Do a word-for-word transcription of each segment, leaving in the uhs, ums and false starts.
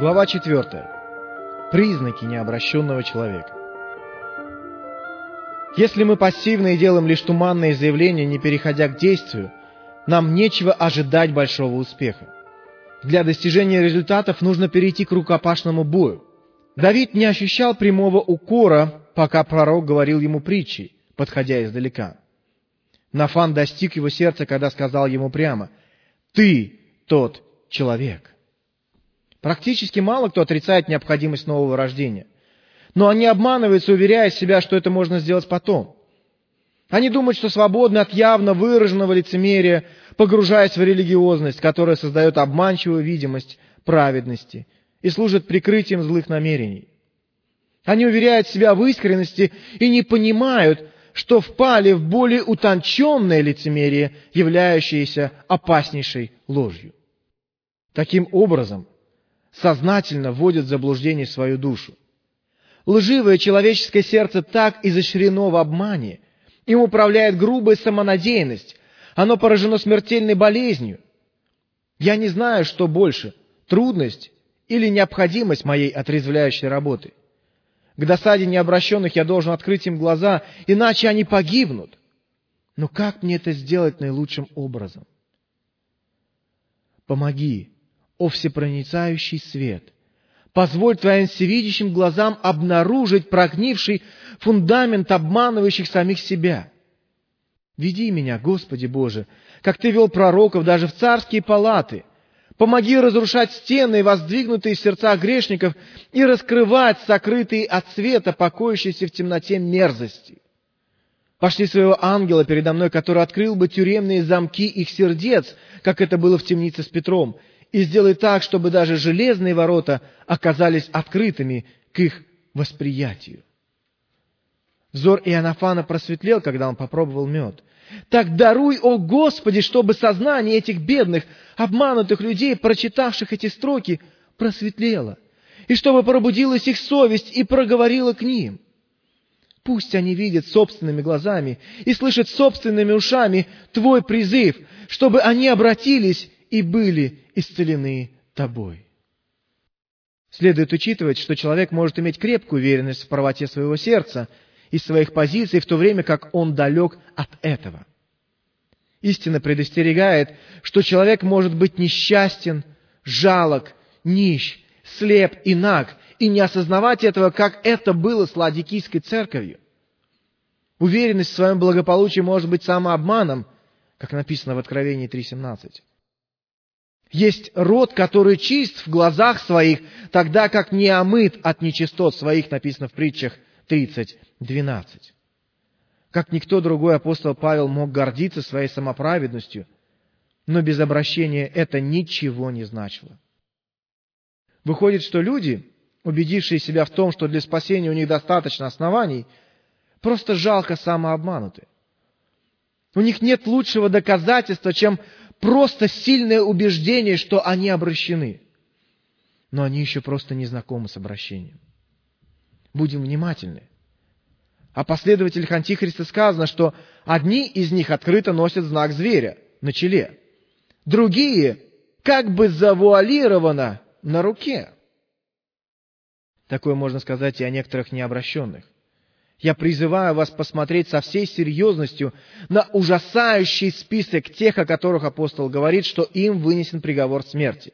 Глава четвертая. Признаки необращенного человека. Если мы пассивно и делаем лишь туманные заявления, не переходя к действию, нам нечего ожидать большого успеха. Для достижения результатов нужно перейти к рукопашному бою. Давид не ощущал прямого укора, пока пророк говорил ему притчи, подходя издалека. Нафан достиг его сердца, когда сказал ему прямо: «Ты тот человек». Практически мало кто отрицает необходимость нового рождения. Но они обманываются, уверяя себя, что это можно сделать потом. Они думают, что свободны от явно выраженного лицемерия, погружаясь в религиозность, которая создает обманчивую видимость праведности и служит прикрытием злых намерений. Они уверяют себя в искренности и не понимают, что впали в более утонченное лицемерие, являющееся опаснейшей ложью. Таким образом, сознательно вводят в заблуждение свою душу. Лживое человеческое сердце так изощрено в обмане, им управляет грубая самонадеянность, оно поражено смертельной болезнью. Я не знаю, что больше – трудность или необходимость моей отрезвляющей работы. К досаде необращенных я должен открыть им глаза, иначе они погибнут. Но как мне это сделать наилучшим образом? Помоги, о всепроницающий свет! Позволь Твоим всевидящим глазам обнаружить прогнивший фундамент обманывающих самих себя. Веди меня, Господи Боже, как Ты вел пророков даже в царские палаты. Помоги разрушать стены, воздвигнутые в сердцах грешников, и раскрывать сокрытые от света, покоящиеся в темноте мерзости. Пошли своего ангела передо мной, который открыл бы тюремные замки их сердец, как это было в темнице с Петром, и сделай так, чтобы даже железные ворота оказались открытыми к их восприятию. Взор Иоаннафана просветлел, когда он попробовал мед. Так даруй, о Господи, чтобы сознание этих бедных, обманутых людей, прочитавших эти строки, просветлело, и чтобы пробудилась их совесть и проговорила к ним. Пусть они видят собственными глазами и слышат собственными ушами Твой призыв, чтобы они обратились и были исцелены Тобой. Следует учитывать, что человек может иметь крепкую уверенность в правоте своего сердца и своих позиций, в то время как он далек от этого. Истина предостерегает, что человек может быть несчастен, жалок, нищ, слеп и наг, и не осознавать этого, как это было с Ладикийской церковью. Уверенность в своем благополучии может быть самообманом, как написано в Откровении три семнадцать. Есть род, который чист в глазах своих, тогда как не омыт от нечистот своих, написано в притчах тридцать двенадцать. Как никто другой, апостол Павел мог гордиться своей самоправедностью, но без обращения это ничего не значило. Выходит, что люди, убедившие себя в том, что для спасения у них достаточно оснований, просто жалко самообмануты. У них нет лучшего доказательства, чем просто сильное убеждение, что они обращены. Но они еще просто не знакомы с обращением. Будем внимательны. О последователях Антихриста сказано, что одни из них открыто носят знак зверя на челе, другие как бы завуалировано на руке. Такое можно сказать и о некоторых необращенных. Я призываю вас посмотреть со всей серьезностью на ужасающий список тех, о которых апостол говорит, что им вынесен приговор смерти.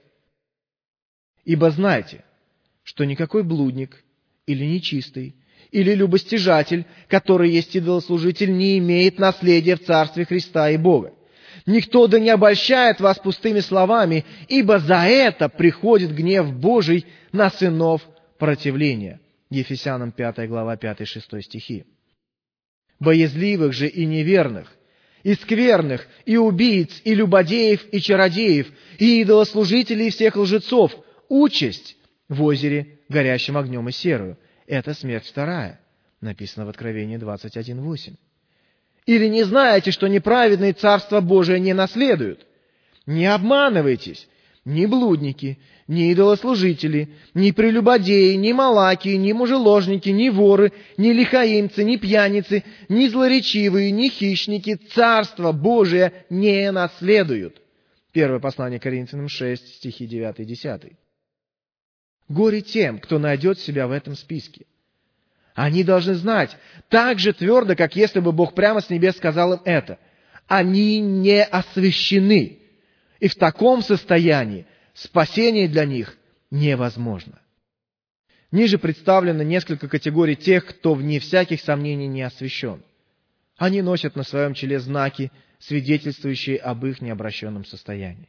Ибо знайте, что никакой блудник или нечистый, или любостяжатель, который есть идолослужитель, не имеет наследия в Царстве Христа и Бога. Никто да не обольщает вас пустыми словами, ибо за это приходит гнев Божий на сынов противления. Ефесянам пятая глава, пятый-шестой стихи. Боязливых же и неверных, и скверных, и убийц, и любодеев, и чародеев, и идолослужителей, и всех лжецов участь в озере, горящим огнем и серою. Это смерть вторая, написано в Откровении двадцать один восемь. Или не знаете, что неправедные Царство Божие не наследуют? Не обманывайтесь. Ни блудники, ни идолослужители, ни прелюбодеи, ни малакии, ни мужеложники, ни воры, ни лихаимцы, ни пьяницы, ни злоречивые, ни хищники Царство Божие не наследуют. Первое послание Коринфянам шесть, стихи девятый и десятый. Горе тем, кто найдет себя в этом списке. Они должны знать так же твердо, как если бы Бог прямо с небес сказал им это. Они не освящены. И в таком состоянии спасение для них невозможно. Ниже представлено несколько категорий тех, кто вне всяких сомнений не освящен. Они носят на своем челе знаки, свидетельствующие об их необращенном состоянии.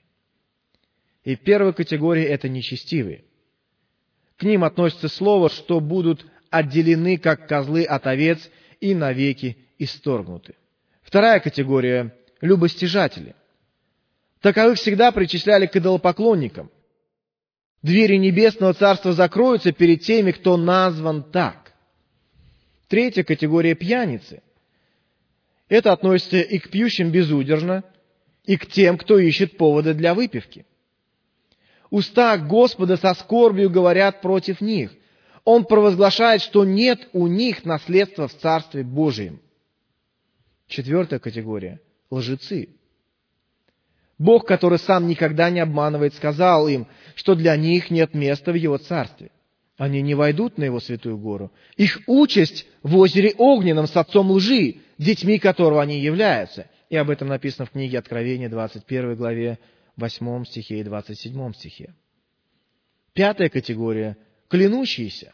И первая категория – это нечестивые. К ним относится слово, что будут отделены, как козлы от овец, и навеки исторгнуты. Вторая категория – любостяжатели. Таковых всегда причисляли к идолопоклонникам. Двери небесного царства закроются перед теми, кто назван так. Третья категория – пьяницы. Это относится и к пьющим безудержно, и к тем, кто ищет повода для выпивки. Уста Господа со скорбью говорят против них. Он провозглашает, что нет у них наследства в Царстве Божием. Четвертая категория – лжецы. Бог, который сам никогда не обманывает, сказал им, что для них нет места в Его Царстве. Они не войдут на Его святую гору. Их участь в озере Огненном с отцом лжи, детьми которого они являются. И об этом написано в книге Откровения, двадцать первой главе, восьмом стихе и двадцать седьмом стихе. Пятая категория – клянущиеся.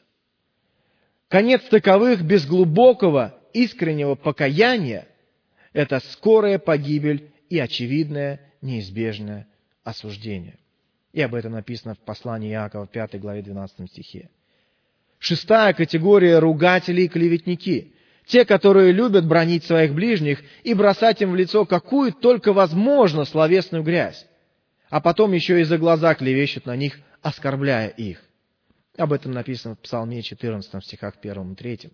Конец таковых без глубокого, искреннего покаяния – это скорая погибель и очевидное, неизбежное осуждение. И об этом написано в послании Иакова, пятой главе, двенадцатом стихе. Шестая категория – ругатели и клеветники. Те, которые любят бранить своих ближних и бросать им в лицо какую только возможно словесную грязь, а потом еще и за глаза клевещут на них, оскорбляя их. Об этом написано в Псалме четырнадцатом, стихах первом и третьем.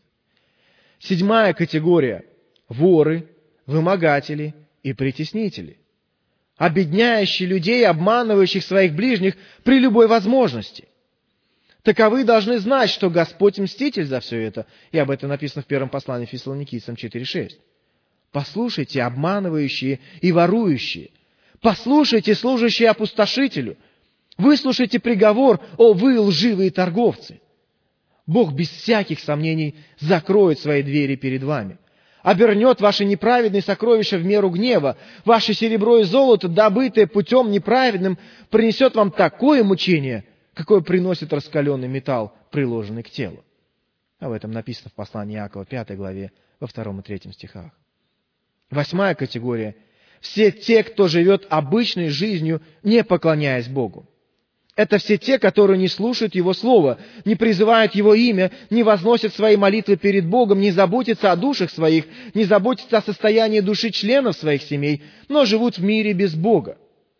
Седьмая категория – воры, вымогатели и притеснители. Обедняющие людей, обманывающих своих ближних при любой возможности. Таковы должны знать, что Господь мститель за все это. И об этом написано в первом послании Фессалоникийцам четыре шесть. Послушайте, обманывающие и ворующие. Послушайте, служащие опустошителю. Выслушайте приговор, о вы лживые торговцы. Бог без всяких сомнений закроет свои двери перед вами. Обернет ваши неправедные сокровища в меру гнева. Ваше серебро и золото, добытое путем неправедным, принесет вам такое мучение, какое приносит раскаленный металл, приложенный к телу. Об этом написано в послании Иакова, пятой главе, во втором и третьем стихах. Восьмая категория – все те, кто живет обычной жизнью, не поклоняясь Богу. Это все те, которые не слушают Его Слова, не призывают Его имя, не возносят свои молитвы перед Богом, не заботятся о душах своих, не заботятся о состоянии души членов своих семей, но живут в мире без Бога.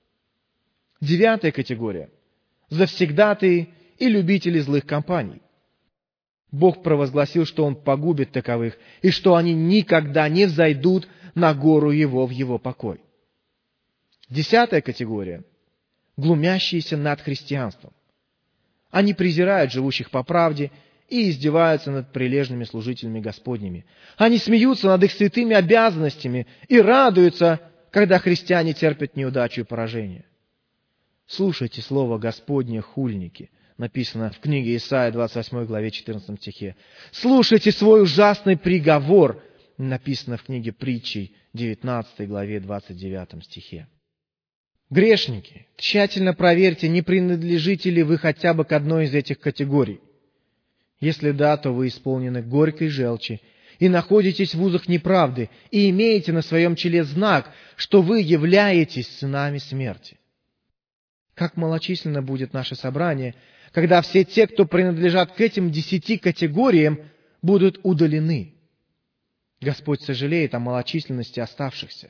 Девятая категория – завсегдатые и любители злых компаний. Бог провозгласил, что Он погубит таковых, и что они никогда не взойдут на гору Его в Его покой. Десятая категория – глумящиеся над христианством. Они презирают живущих по правде и издеваются над прилежными служителями Господними. Они смеются над их святыми обязанностями и радуются, когда христиане терпят неудачу и поражение. Слушайте слово Господне, хульники, написано в книге Исаия, двадцать восьмой главе, четырнадцатом стихе. Слушайте свой ужасный приговор, написано в книге Притчей, девятнадцатой главе, двадцать девятом стихе. Грешники, тщательно проверьте, не принадлежите ли вы хотя бы к одной из этих категорий. Если да, то вы исполнены горькой желчи и находитесь в узах неправды и имеете на своем челе знак, что вы являетесь сынами смерти. Как малочисленно будет наше собрание, когда все те, кто принадлежат к этим десяти категориям, будут удалены. Господь сожалеет о малочисленности оставшихся.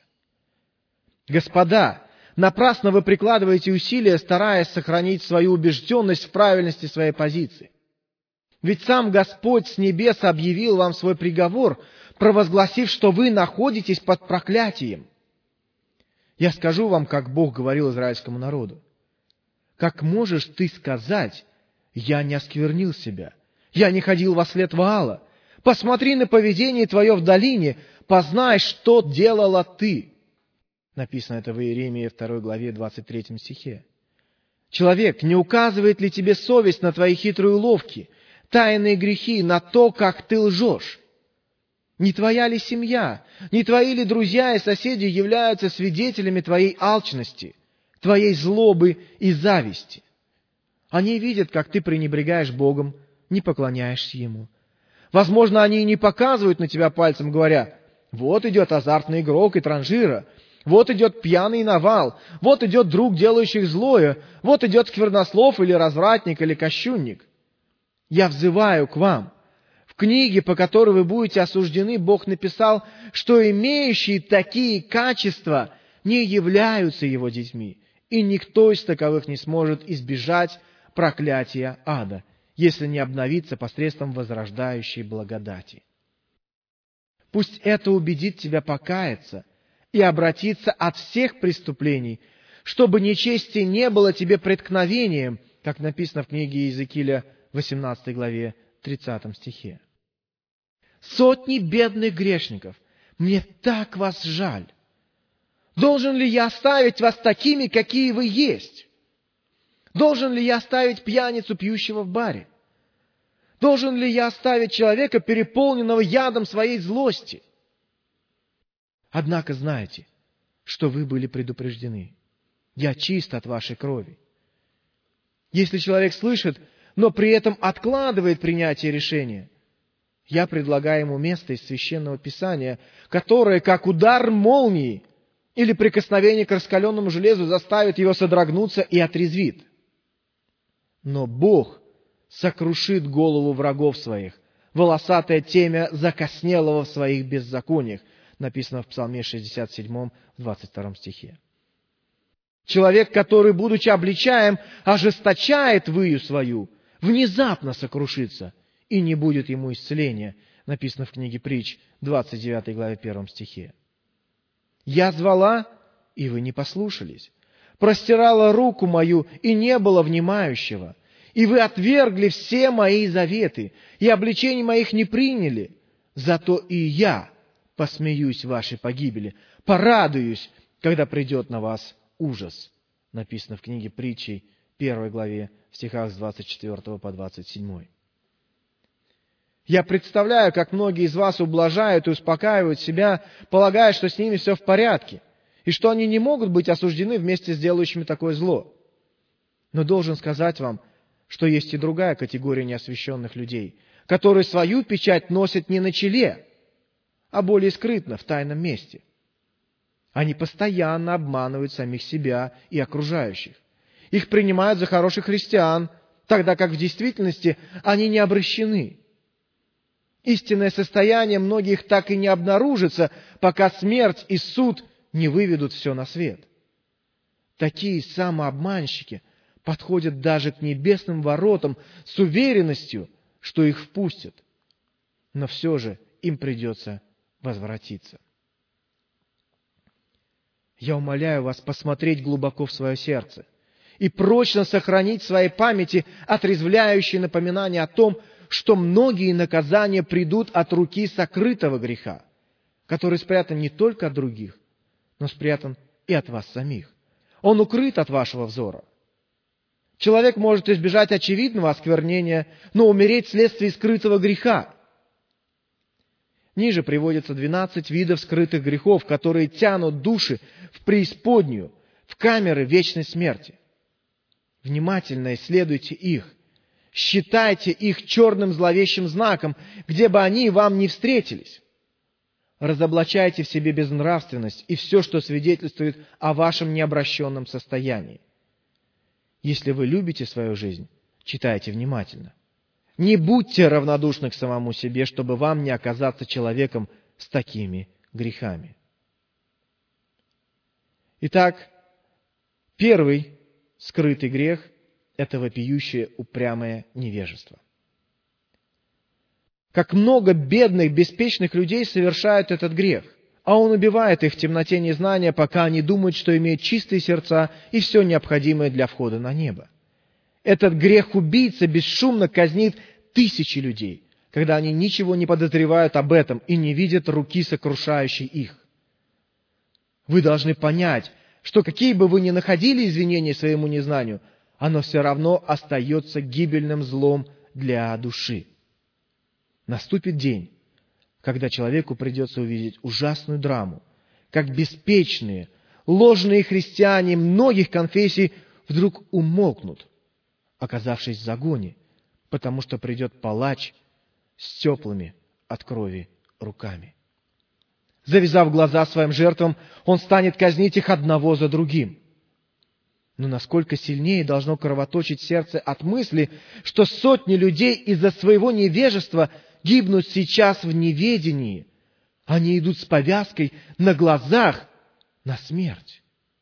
Господа, напрасно вы прикладываете усилия, стараясь сохранить свою убежденность в правильности своей позиции. Ведь сам Господь с небес объявил вам свой приговор, провозгласив, что вы находитесь под проклятием. Я скажу вам, как Бог говорил израильскому народу. Как можешь ты сказать, я не осквернил себя, я не ходил во след Ваала? Посмотри на поведение твое в долине, познай, что делала ты. Написано это в Иеремии второй главе, двадцать третьем стихе. Человек, не указывает ли тебе совесть на твои хитрые уловки, тайные грехи, на то, как ты лжешь? Не твоя ли семья, не твои ли друзья и соседи являются свидетелями твоей алчности, твоей злобы и зависти? Они видят, как ты пренебрегаешь Богом, не поклоняешься Ему. Возможно, они и не показывают на тебя пальцем, говоря: вот идет азартный игрок и транжира, вот идет пьяный навал, вот идет друг, делающий злое, вот идет сквернослов или развратник или кощунник. Я взываю к вам. В книге, по которой вы будете осуждены, Бог написал, что имеющие такие качества не являются Его детьми, и никто из таковых не сможет избежать проклятия ада, если не обновиться посредством возрождающей благодати. Пусть это убедит тебя покаяться и обратиться от всех преступлений, чтобы нечестие не было тебе преткновением, как написано в книге Иезекииля, восемнадцатой главе, тридцатом стихе. Сотни бедных грешников, мне так вас жаль. Должен ли я оставить вас такими, какие вы есть? Должен ли я оставить пьяницу, пьющего в баре? Должен ли я оставить человека, переполненного ядом своей злости? Однако знайте, что вы были предупреждены. Я чист от вашей крови. Если человек слышит, но при этом откладывает принятие решения, я предлагаю ему место из Священного Писания, которое, как удар молнии или прикосновение к раскаленному железу, заставит его содрогнуться и отрезвит. Но Бог сокрушит голову врагов своих, волосатое темя закоснелого в своих беззакониях, написано в Псалме шестьдесят седьмом, двадцать втором стихе. Человек, который, будучи обличаем, ожесточает выю свою, внезапно сокрушится, и не будет ему исцеления, написано в книге Притч, двадцать девятой главе, первом стихе. «Я звала, и вы не послушались, простирала руку мою, и не было внимающего, и вы отвергли все мои заветы, и обличений моих не приняли, зато и я посмеюсь в вашей погибели, порадуюсь, когда придет на вас ужас», написано в книге Притчей, первой главе, в стихах с двадцать четвёртого по двадцать седьмой. Я представляю, как многие из вас ублажают и успокаивают себя, полагая, что с ними все в порядке, и что они не могут быть осуждены вместе с делающими такое зло. Но должен сказать вам, что есть и другая категория неосвященных людей, которые свою печать носят не на челе, а более скрытно, в тайном месте. Они постоянно обманывают самих себя и окружающих. Их принимают за хороших христиан, тогда как в действительности они не обращены. Истинное состояние многих так и не обнаружится, пока смерть и суд не выведут все на свет. Такие самообманщики подходят даже к небесным воротам с уверенностью, что их впустят. Но все же им придется возвратиться. Я умоляю вас посмотреть глубоко в свое сердце и прочно сохранить в своей памяти отрезвляющие напоминания о том, что многие наказания придут от руки сокрытого греха, который спрятан не только от других, но спрятан и от вас самих. Он укрыт от вашего взора. Человек может избежать очевидного осквернения, но умереть вследствие скрытого греха. Ниже приводятся двенадцать видов скрытых грехов, которые тянут души в преисподнюю, в камеры вечной смерти. Внимательно исследуйте их. Считайте их черным зловещим знаком, где бы они вам ни встретились. Разоблачайте в себе безнравственность и все, что свидетельствует о вашем необращенном состоянии. Если вы любите свою жизнь, читайте внимательно. Не будьте равнодушны к самому себе, чтобы вам не оказаться человеком с такими грехами. Итак, первый скрытый грех – это вопиющее упрямое невежество. Как много бедных, беспечных людей совершают этот грех, а он убивает их в темноте незнания, пока они думают, что имеют чистые сердца и все необходимое для входа на небо. Этот грех-убийца бесшумно казнит тысячи людей, когда они ничего не подозревают об этом и не видят руки, сокрушающей их. Вы должны понять, что какие бы вы ни находили извинения своему незнанию, оно все равно остается гибельным злом для души. Наступит день, когда человеку придется увидеть ужасную драму, как беспечные, ложные христиане многих конфессий вдруг умолкнут, оказавшись в загоне, потому что придет палач с теплыми от крови руками. Завязав глаза своим жертвам, он станет казнить их одного за другим. Но насколько сильнее должно кровоточить сердце от мысли, что сотни людей из-за своего невежества гибнут сейчас в неведении. Они идут с повязкой на глазах на смерть.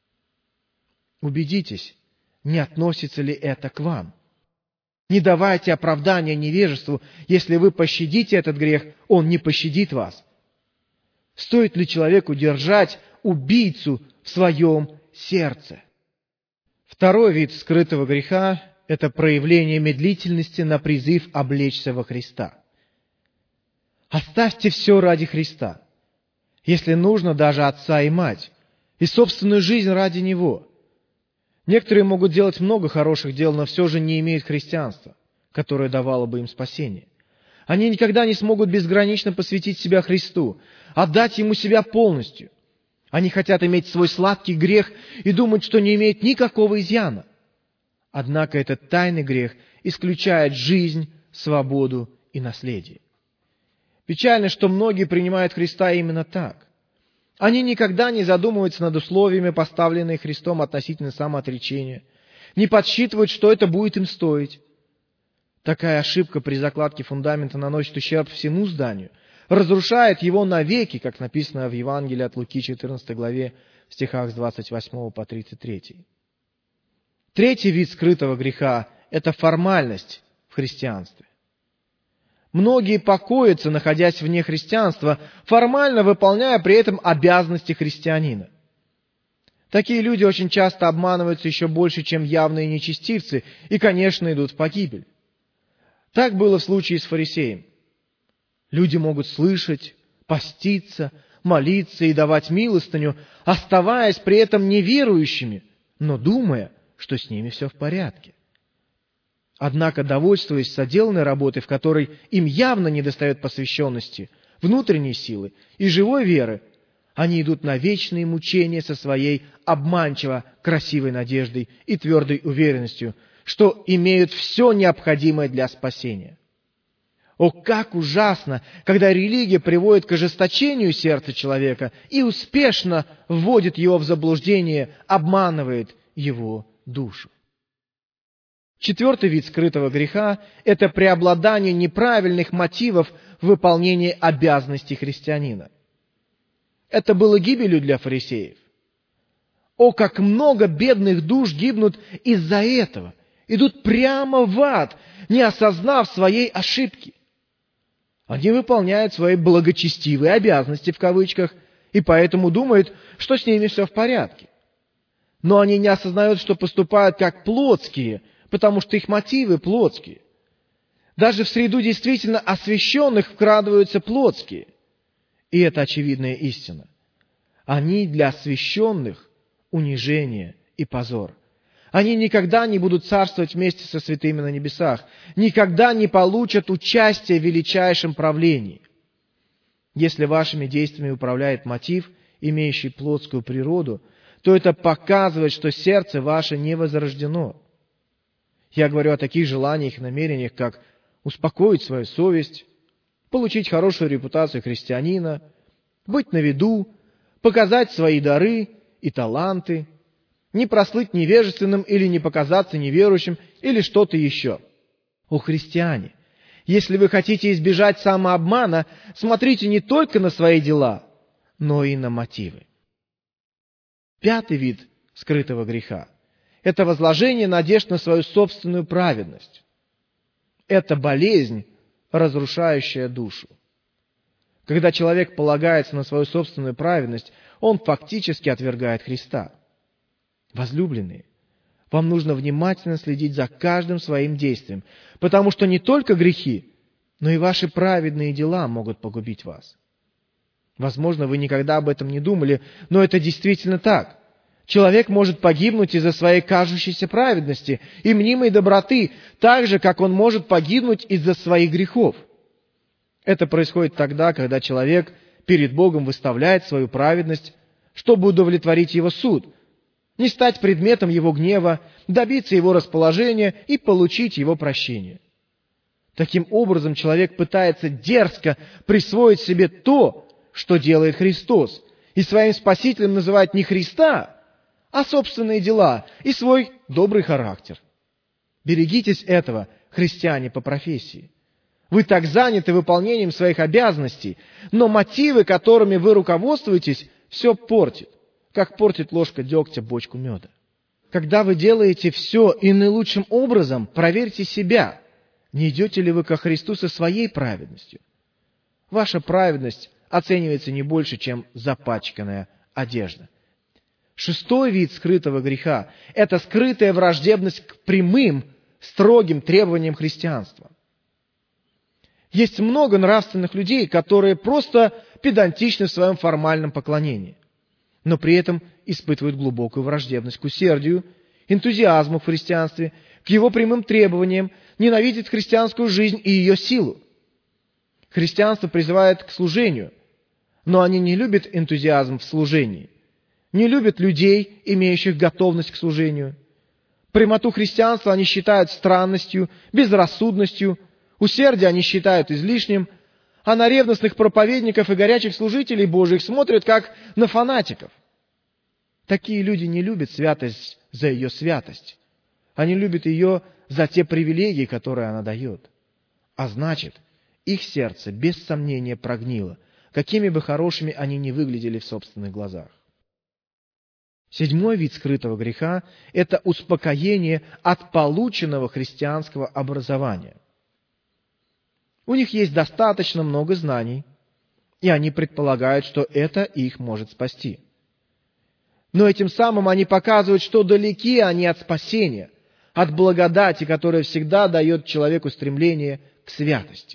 Убедитесь, не относится ли это к вам. Не давайте оправдания невежеству. Если вы пощадите этот грех, он не пощадит вас. Стоит ли человеку держать убийцу в своем сердце? Второй вид скрытого греха – это проявление медлительности на призыв облечься во Христа. Оставьте все ради Христа, если нужно даже отца и мать, и собственную жизнь ради Него. Некоторые могут делать много хороших дел, но все же не имеют христианства, которое давало бы им спасение. Они никогда не смогут безгранично посвятить себя Христу, отдать Ему себя полностью. Они хотят иметь свой сладкий грех и думают, что не имеет никакого изъяна. Однако этот тайный грех исключает жизнь, свободу и наследие. Печально, что многие принимают Христа именно так. Они никогда не задумываются над условиями, поставленными Христом относительно самоотречения, не подсчитывают, что это будет им стоить. Такая ошибка при закладке фундамента наносит ущерб всему зданию, разрушает его навеки, как написано в Евангелии от Луки, четырнадцатой главе, в стихах с двадцать восьмого по тридцать третий. Третий вид скрытого греха – это формальность в христианстве. Многие покоятся, находясь вне христианства, формально выполняя при этом обязанности христианина. Такие люди очень часто обманываются еще больше, чем явные нечестивцы, и, конечно, идут в погибель. Так было в случае с фарисеем. Люди могут слышать, поститься, молиться и давать милостыню, оставаясь при этом неверующими, но думая, что с ними все в порядке. Однако, довольствуясь соделанной работой, в которой им явно недостает посвященности, внутренней силы и живой веры, они идут на вечные мучения со своей обманчиво красивой надеждой и твердой уверенностью, что имеют все необходимое для спасения. О, как ужасно, когда религия приводит к ожесточению сердца человека и успешно вводит его в заблуждение, обманывает его душу. Четвертый вид скрытого греха – это преобладание неправильных мотивов в выполнении обязанностей христианина. Это было гибелью для фарисеев. О, как много бедных душ гибнут из-за этого, идут прямо в ад, не осознав своей ошибки. Они выполняют свои благочестивые обязанности в кавычках, и поэтому думают, что с ними все в порядке. Но они не осознают, что поступают как плотские, потому что их мотивы плотские. Даже в среду действительно освященных вкрадываются плотские. И это очевидная истина. Они для освященных унижение и позор. Они никогда не будут царствовать вместе со святыми на небесах, никогда не получат участия в величайшем правлении. Если вашими действиями управляет мотив, имеющий плотскую природу, то это показывает, что сердце ваше не возрождено. Я говорю о таких желаниях и намерениях, как успокоить свою совесть, получить хорошую репутацию христианина, быть на виду, показать свои дары и таланты, не прослыть невежественным или не показаться неверующим или что-то еще. О, христиане, если вы хотите избежать самообмана, смотрите не только на свои дела, но и на мотивы. Пятый вид скрытого греха – это возложение надежд на свою собственную праведность. Это болезнь, разрушающая душу. Когда человек полагается на свою собственную праведность, он фактически отвергает Христа. Возлюбленные, вам нужно внимательно следить за каждым своим действием, потому что не только грехи, но и ваши праведные дела могут погубить вас. Возможно, вы никогда об этом не думали, но это действительно так. Человек может погибнуть из-за своей кажущейся праведности и мнимой доброты, так же, как он может погибнуть из-за своих грехов. Это происходит тогда, когда человек перед Богом выставляет свою праведность, чтобы удовлетворить Его суд, не стать предметом Его гнева, добиться Его расположения и получить Его прощение. Таким образом, человек пытается дерзко присвоить себе то, что делает Христос, и своим Спасителем называет не Христа, а собственные дела и свой добрый характер. Берегитесь этого, христиане по профессии. Вы так заняты выполнением своих обязанностей, но мотивы, которыми вы руководствуетесь, все портит, как портит ложка дегтя бочку меда. Когда вы делаете все и наилучшим образом, проверьте себя, не идете ли вы ко Христу со своей праведностью. Ваша праведность оценивается не больше, чем запачканная одежда. Шестой вид скрытого греха – это скрытая враждебность к прямым, строгим требованиям христианства. Есть много нравственных людей, которые просто педантичны в своем формальном поклонении, но при этом испытывают глубокую враждебность к усердию, энтузиазму в христианстве, к его прямым требованиям, ненавидят христианскую жизнь и ее силу. Христианство призывает к служению, но они не любят энтузиазм в служении, не любят людей, имеющих готовность к служению. Прямоту христианства они считают странностью, безрассудностью, усердие они считают излишним, а на ревностных проповедников и горячих служителей Божьих смотрят как на фанатиков. Такие люди не любят святость за ее святость. Они любят ее за те привилегии, которые она дает. А значит, их сердце без сомнения прогнило, какими бы хорошими они ни выглядели в собственных глазах. Седьмой вид скрытого греха – это успокоение от полученного христианского образования. У них есть достаточно много знаний, и они предполагают, что это их может спасти. Но этим самым они показывают, что далеки они от спасения, от благодати, которая всегда дает человеку стремление к святости.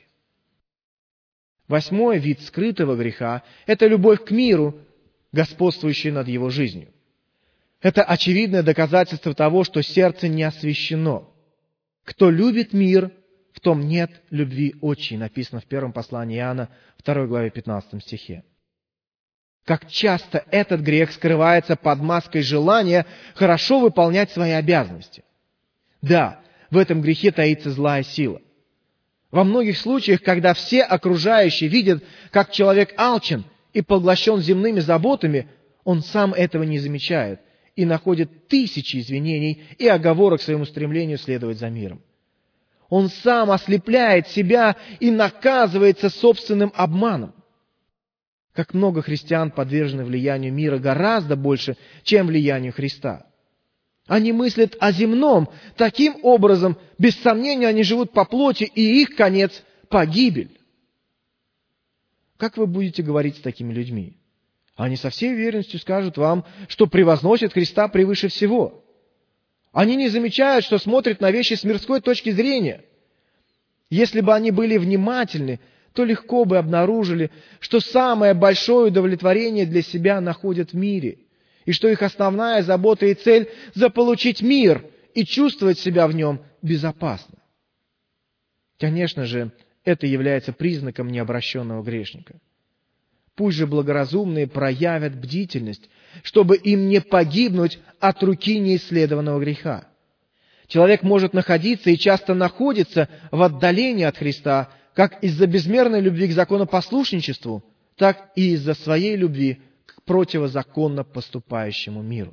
Восьмой вид скрытого греха – это любовь к миру, господствующая над его жизнью. Это очевидное доказательство того, что сердце не освящено. Кто любит мир, в том нет любви отчей, написано в первом послании Иоанна, второй главе, пятнадцатом стихе. Как часто этот грех скрывается под маской желания хорошо выполнять свои обязанности. Да, в этом грехе таится злая сила. Во многих случаях, когда все окружающие видят, как человек алчен и поглощен земными заботами, он сам этого не замечает и находит тысячи извинений и оговорок своему стремлению следовать за миром. Он сам ослепляет себя и наказывается собственным обманом. Как много христиан подвержены влиянию мира гораздо больше, чем влиянию Христа. Они мыслят о земном. Таким образом, без сомнения, они живут по плоти, и их конец – погибель. Как вы будете говорить с такими людьми? Они со всей уверенностью скажут вам, что превозносят Христа превыше всего. Они не замечают, что смотрят на вещи с мирской точки зрения. Если бы они были внимательны, то легко бы обнаружили, что самое большое удовлетворение для себя находят в мире, и что их основная забота и цель – заполучить мир и чувствовать себя в нем безопасно. Конечно же, это является признаком необращенного грешника. Пусть же благоразумные проявят бдительность, чтобы им не погибнуть от руки неисследованного греха. Человек может находиться и часто находится в отдалении от Христа, как из-за безмерной любви к законопослушничеству, так и из-за своей любви к противозаконно поступающему миру.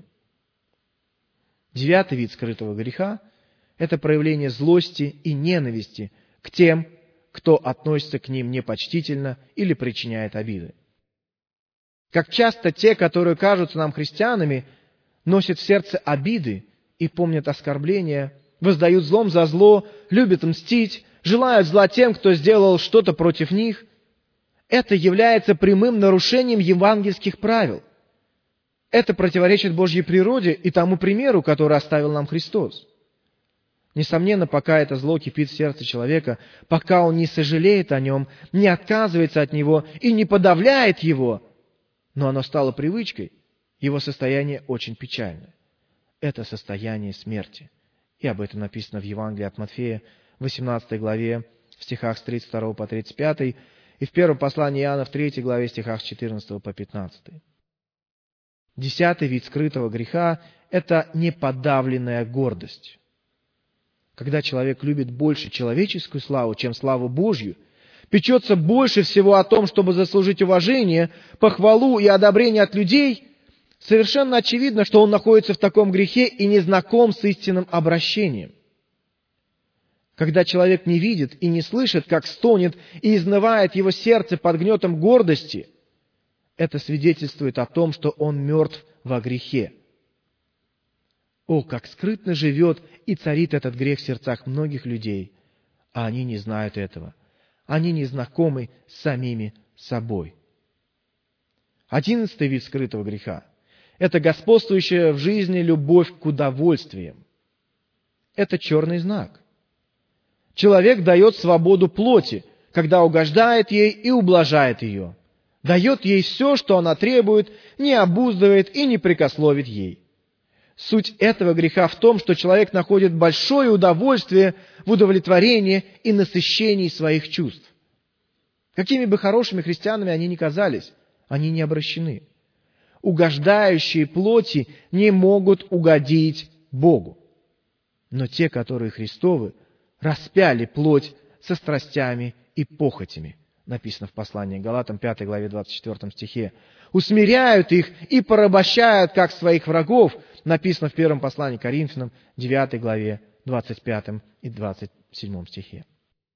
Девятый вид скрытого греха – это проявление злости и ненависти к тем, кто относится к ним непочтительно или причиняет обиды. Как часто те, которые кажутся нам христианами, носят в сердце обиды и помнят оскорбления, воздают злом за зло, любят мстить, желают зла тем, кто сделал что-то против них. Это является прямым нарушением евангельских правил. Это противоречит Божьей природе и тому примеру, который оставил нам Христос. Несомненно, пока это зло кипит в сердце человека, пока он не сожалеет о нем, не отказывается от него и не подавляет его, но оно стало привычкой, Его состояние очень печальное. Это состояние смерти. И об этом написано в Евангелии от Матфея, восемнадцатой главе, в стихах с тридцать второго по тридцать пятый, и в первом послании Иоанна в третьей главе, стихах с четырнадцатого по пятнадцатый. Десятый вид скрытого греха – это неподавленная гордость. Когда человек любит больше человеческую славу, чем славу Божью, печется больше всего о том, чтобы заслужить уважение, похвалу и одобрение от людей, совершенно очевидно, что он находится в таком грехе и не знаком с истинным обращением. Когда человек не видит и не слышит, как стонет и изнывает его сердце под гнетом гордости, это свидетельствует о том, что он мертв во грехе. О, как скрытно живет и царит этот грех в сердцах многих людей, а они не знают этого. Они не знакомы с самими собой. Одиннадцатый вид скрытого греха – это господствующая в жизни любовь к удовольствиям. Это черный знак. Человек дает свободу плоти, когда угождает ей и ублажает ее. Дает ей все, что она требует, не обуздывает и не прекословит ей. Суть этого греха в том, что человек находит большое удовольствие в удовлетворении и насыщении своих чувств. Какими бы хорошими христианами они ни казались, они не обращены. Угождающие плоти не могут угодить Богу. Но те, которые Христовы, распяли плоть со страстями и похотями, написано в послании к Галатам, пятой главе, двадцать четвёртом стихе. Усмиряют их и порабощают, как своих врагов, написано в первом послании к Коринфянам, девятой главе, двадцать пятом и двадцать седьмом стихе.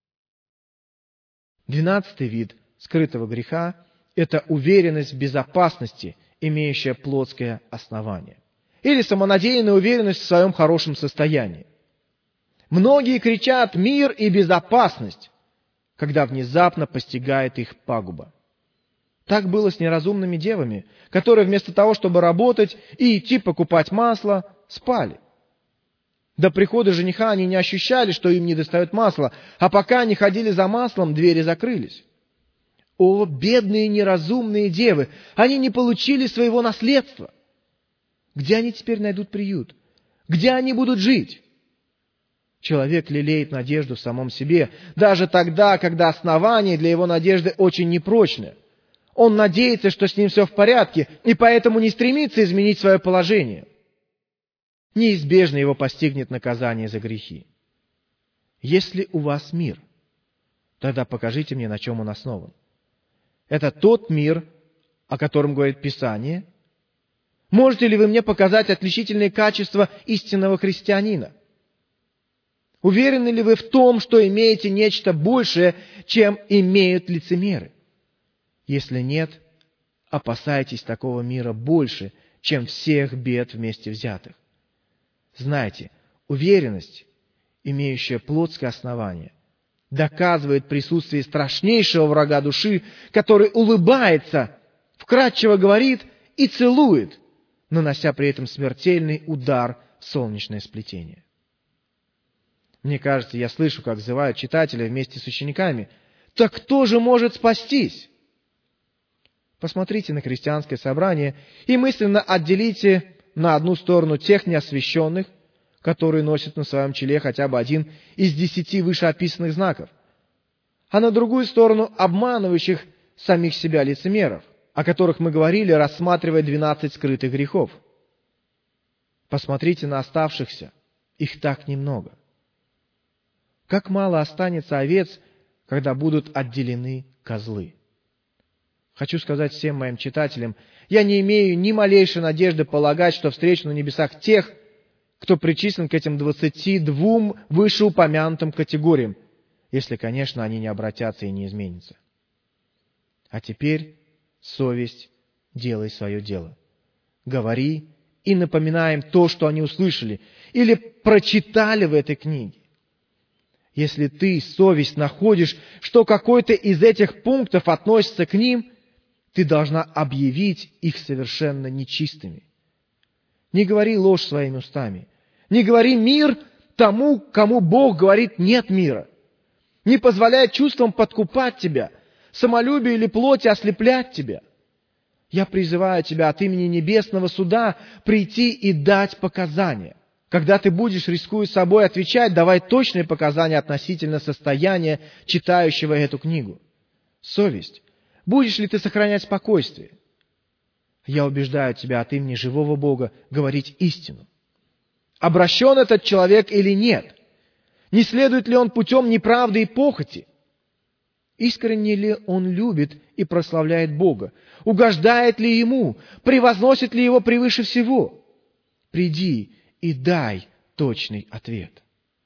Двенадцатый вид скрытого греха – это уверенность в безопасности, имеющая плотское основание. Или самонадеянная уверенность в своем хорошем состоянии. Многие кричат «мир и безопасность», когда внезапно постигает их пагуба. Так было с неразумными девами, которые вместо того, чтобы работать и идти покупать масло, спали. До прихода жениха они не ощущали, что им недостает масла, а пока они ходили за маслом, двери закрылись. О, бедные неразумные девы! Они не получили своего наследства. Где они теперь найдут приют? Где они будут жить? Человек лелеет надежду в самом себе, даже тогда, когда основание для его надежды очень непрочное. Он надеется, что с ним все в порядке, и поэтому не стремится изменить свое положение. Неизбежно его постигнет наказание за грехи. Если у вас мир, тогда покажите мне, на чем он основан. Это тот мир, о котором говорит Писание? Можете ли вы мне показать отличительные качества истинного христианина? Уверены ли вы в том, что имеете нечто большее, чем имеют лицемеры? Если нет, опасайтесь такого мира больше, чем всех бед вместе взятых. Знайте, уверенность, имеющая плотское основание, доказывает присутствие страшнейшего врага души, который улыбается, вкратчиво говорит и целует, нанося при этом смертельный удар в солнечное сплетение. Мне кажется, я слышу, как взывают читатели вместе с учениками: «Так кто же может спастись?» Посмотрите на христианское собрание и мысленно отделите на одну сторону тех неосвященных, которые носят на своем челе хотя бы один из десяти вышеописанных знаков, а на другую сторону обманывающих самих себя лицемеров, о которых мы говорили, рассматривая двенадцать скрытых грехов. Посмотрите на оставшихся, их так немного. Как мало останется овец, когда будут отделены козлы. Хочу сказать всем моим читателям, я не имею ни малейшей надежды полагать, что встречу на небесах тех, кто причислен к этим двадцати двум вышеупомянутым категориям, если, конечно, они не обратятся и не изменятся. А теперь, совесть, делай свое дело. Говори и напоминай им то, что они услышали или прочитали в этой книге. Если ты, совесть, находишь, что какой-то из этих пунктов относится к ним, ты должна объявить их совершенно нечистыми. Не говори ложь своими устами. Не говори мир тому, кому Бог говорит нет мира. Не позволяй чувствам подкупать тебя, самолюбию или плоти ослеплять тебя. Я призываю тебя от имени Небесного Суда прийти и дать показания. Когда ты будешь, рискуя собой, отвечать, давай точные показания относительно состояния читающего эту книгу. Совесть. Будешь ли ты сохранять спокойствие? Я убеждаю тебя от имени живого Бога говорить истину. Обращен этот человек или нет? Не следует ли он путем неправды и похоти? Искренне ли он любит и прославляет Бога? Угождает ли Ему? Превозносит ли Его превыше всего? Приди и дай точный ответ.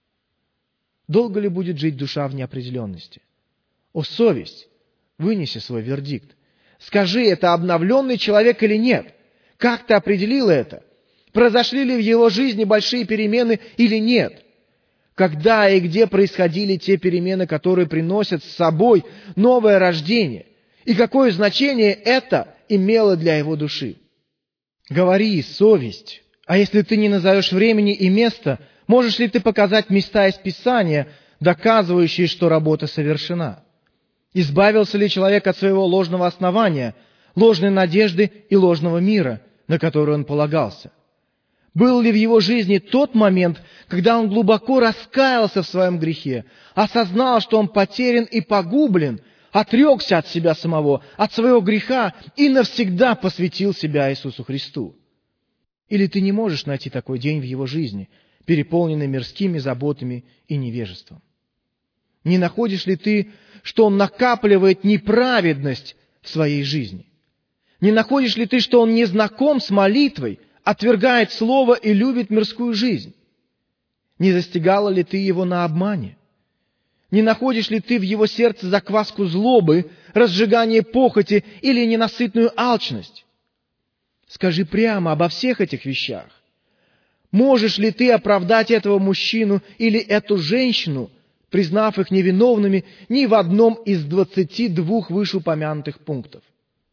Долго ли будет жить душа в неопределенности? О, совесть, вынеси свой вердикт. Скажи, это обновленный человек или нет? Как ты определил это? Произошли ли в его жизни большие перемены или нет? Когда и где происходили те перемены, которые приносят с собой новое рождение? И какое значение это имело для его души? Говори, совесть. А если ты не назовешь времени и места, можешь ли ты показать места из Писания, доказывающие, что работа совершена? Избавился ли человек от своего ложного основания, ложной надежды и ложного мира, на который он полагался? Был ли в его жизни тот момент, когда он глубоко раскаялся в своем грехе, осознал, что он потерян и погублен, отрекся от себя самого, от своего греха и навсегда посвятил себя Иисусу Христу? Или ты не можешь найти такой день в его жизни, переполненный мирскими заботами и невежеством? Не находишь ли ты, что он накапливает неправедность в своей жизни? Не находишь ли ты, что он не знаком с молитвой, отвергает слово и любит мирскую жизнь? Не застигала ли ты его на обмане? Не находишь ли ты в его сердце закваску злобы, разжигание похоти или ненасытную алчность? Скажи прямо обо всех этих вещах. Можешь ли ты оправдать этого мужчину или эту женщину, признав их невиновными ни в одном из двадцати двух вышеупомянутых пунктов?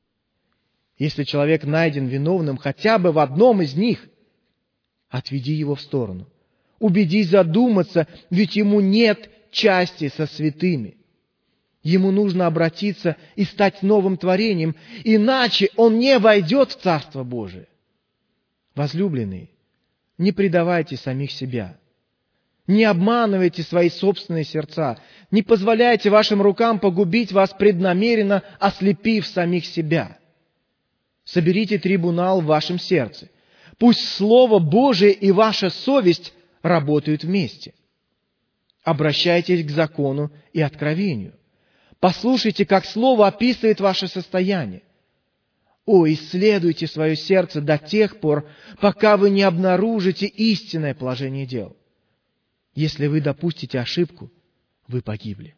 Если человек найден виновным хотя бы в одном из них, отведи его в сторону. Убедись задуматься, ведь ему нет части со святыми. Ему нужно обратиться и стать новым творением, иначе он не войдет в Царство Божие. Возлюбленные, не предавайте самих себя. Не обманывайте свои собственные сердца. Не позволяйте вашим рукам погубить вас преднамеренно, ослепив самих себя. Соберите трибунал в вашем сердце. Пусть Слово Божие и ваша совесть работают вместе. Обращайтесь к закону и откровению. Послушайте, как Слово описывает ваше состояние. О, исследуйте свое сердце до тех пор, пока вы не обнаружите истинное положение дел. Если вы допустите ошибку, вы погибли.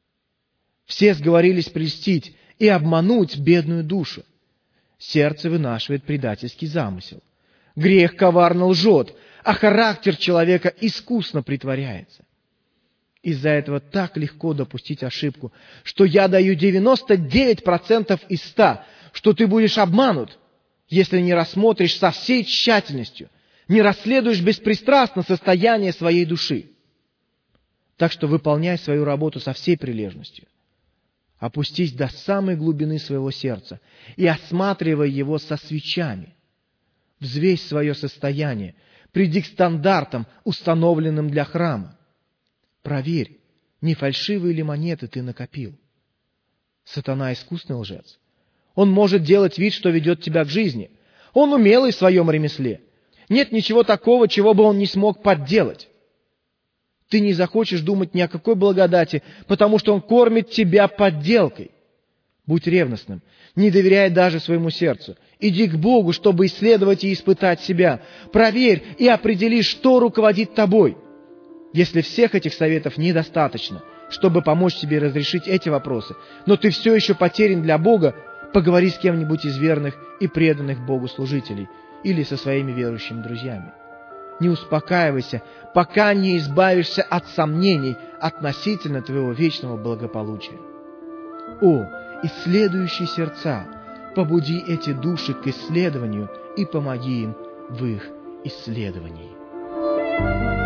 Все сговорились прельстить и обмануть бедную душу. Сердце вынашивает предательский замысел. Грех коварно лжет, а характер человека искусно притворяется. Из-за этого так легко допустить ошибку, что я даю девяносто девять процентов из ста, что ты будешь обманут, если не рассмотришь со всей тщательностью, не расследуешь беспристрастно состояние своей души. Так что выполняй свою работу со всей прилежностью. Опустись до самой глубины своего сердца и осматривай его со свечами. Взвесь свое состояние, приди к стандартам, установленным для храма. Проверь, не фальшивые ли монеты ты накопил. Сатана искусный лжец. Он может делать вид, что ведет тебя к жизни. Он умелый в своем ремесле. Нет ничего такого, чего бы он не смог подделать. Ты не захочешь думать ни о какой благодати, потому что он кормит тебя подделкой. Будь ревностным, не доверяй даже своему сердцу. Иди к Богу, чтобы исследовать и испытать себя. Проверь и определи, что руководит тобой. Если всех этих советов недостаточно, чтобы помочь тебе разрешить эти вопросы, но ты все еще потерян для Бога, поговори с кем-нибудь из верных и преданных Богу служителей или со своими верующими друзьями. Не успокаивайся, пока не избавишься от сомнений относительно твоего вечного благополучия. О, исследующие сердца, побуди эти души к исследованию и помоги им в их исследовании.